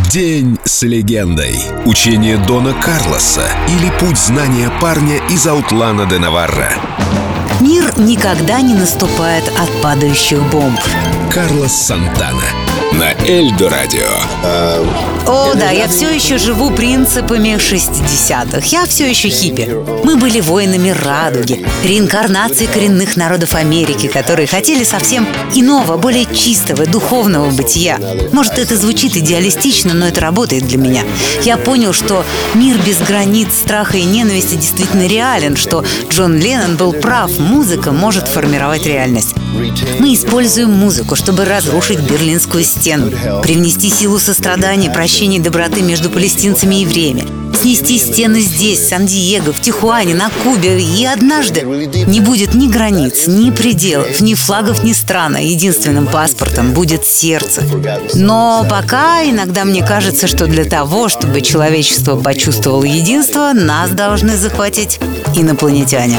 День с легендой. Учение Дона Карлоса или путь знания парня из Аутлана де Наварра. Мир никогда не наступает от падающих бомб. Карлос Сантана на Эльдо Радио. О, да, я все еще живу принципами 60-х. Я все еще хиппи. Мы были воинами радуги, реинкарнацией коренных народов Америки, которые хотели совсем иного, более чистого, духовного бытия. Может, это звучит идеалистично, но это работает для меня. Я понял, что мир без границ, страха и ненависти действительно реален, что Джон Леннон был прав, музыка может формировать реальность. Мы используем музыку, чтобы разрушить Берлинскую стену, привнести силу сострадания, прощения и доброты между палестинцами и евреями, снести стены здесь, в Сан-Диего, в Тихуане, на Кубе. И однажды не будет ни границ, ни пределов, ни флагов, ни стран, а единственным паспортом будет сердце. Но пока иногда мне кажется, что для того, чтобы человечество почувствовало единство, нас должны захватить инопланетяне.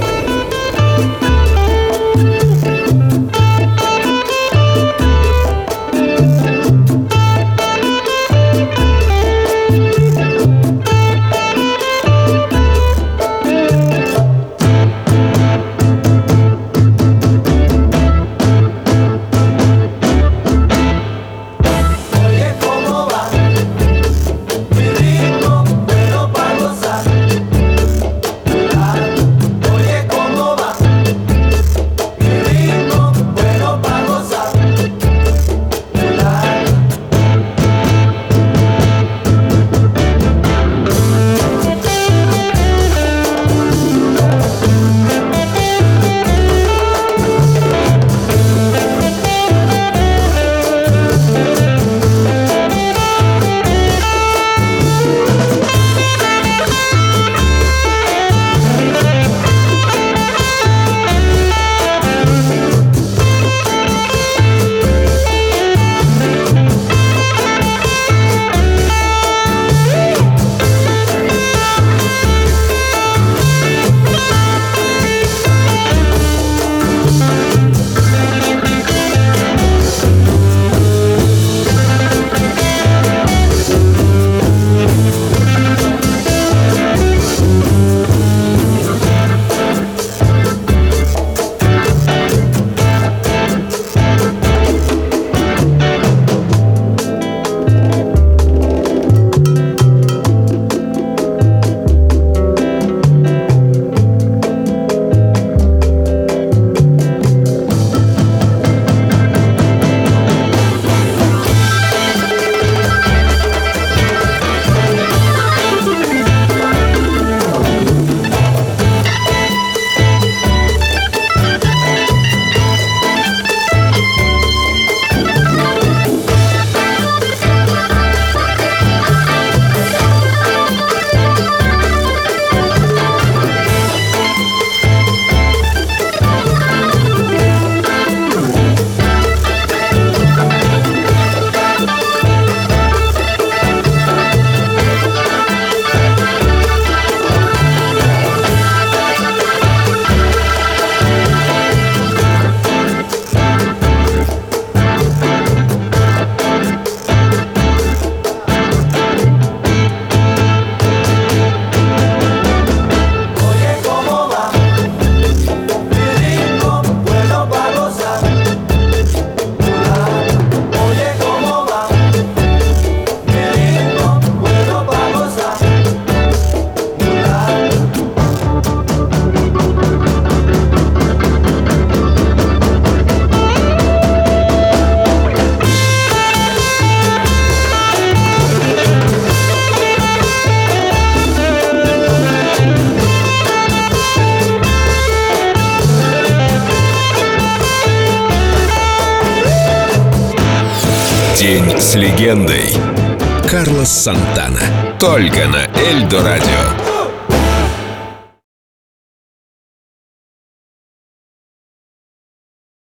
День с легендой. Карлос Сантана. Только на Эльдо Радио.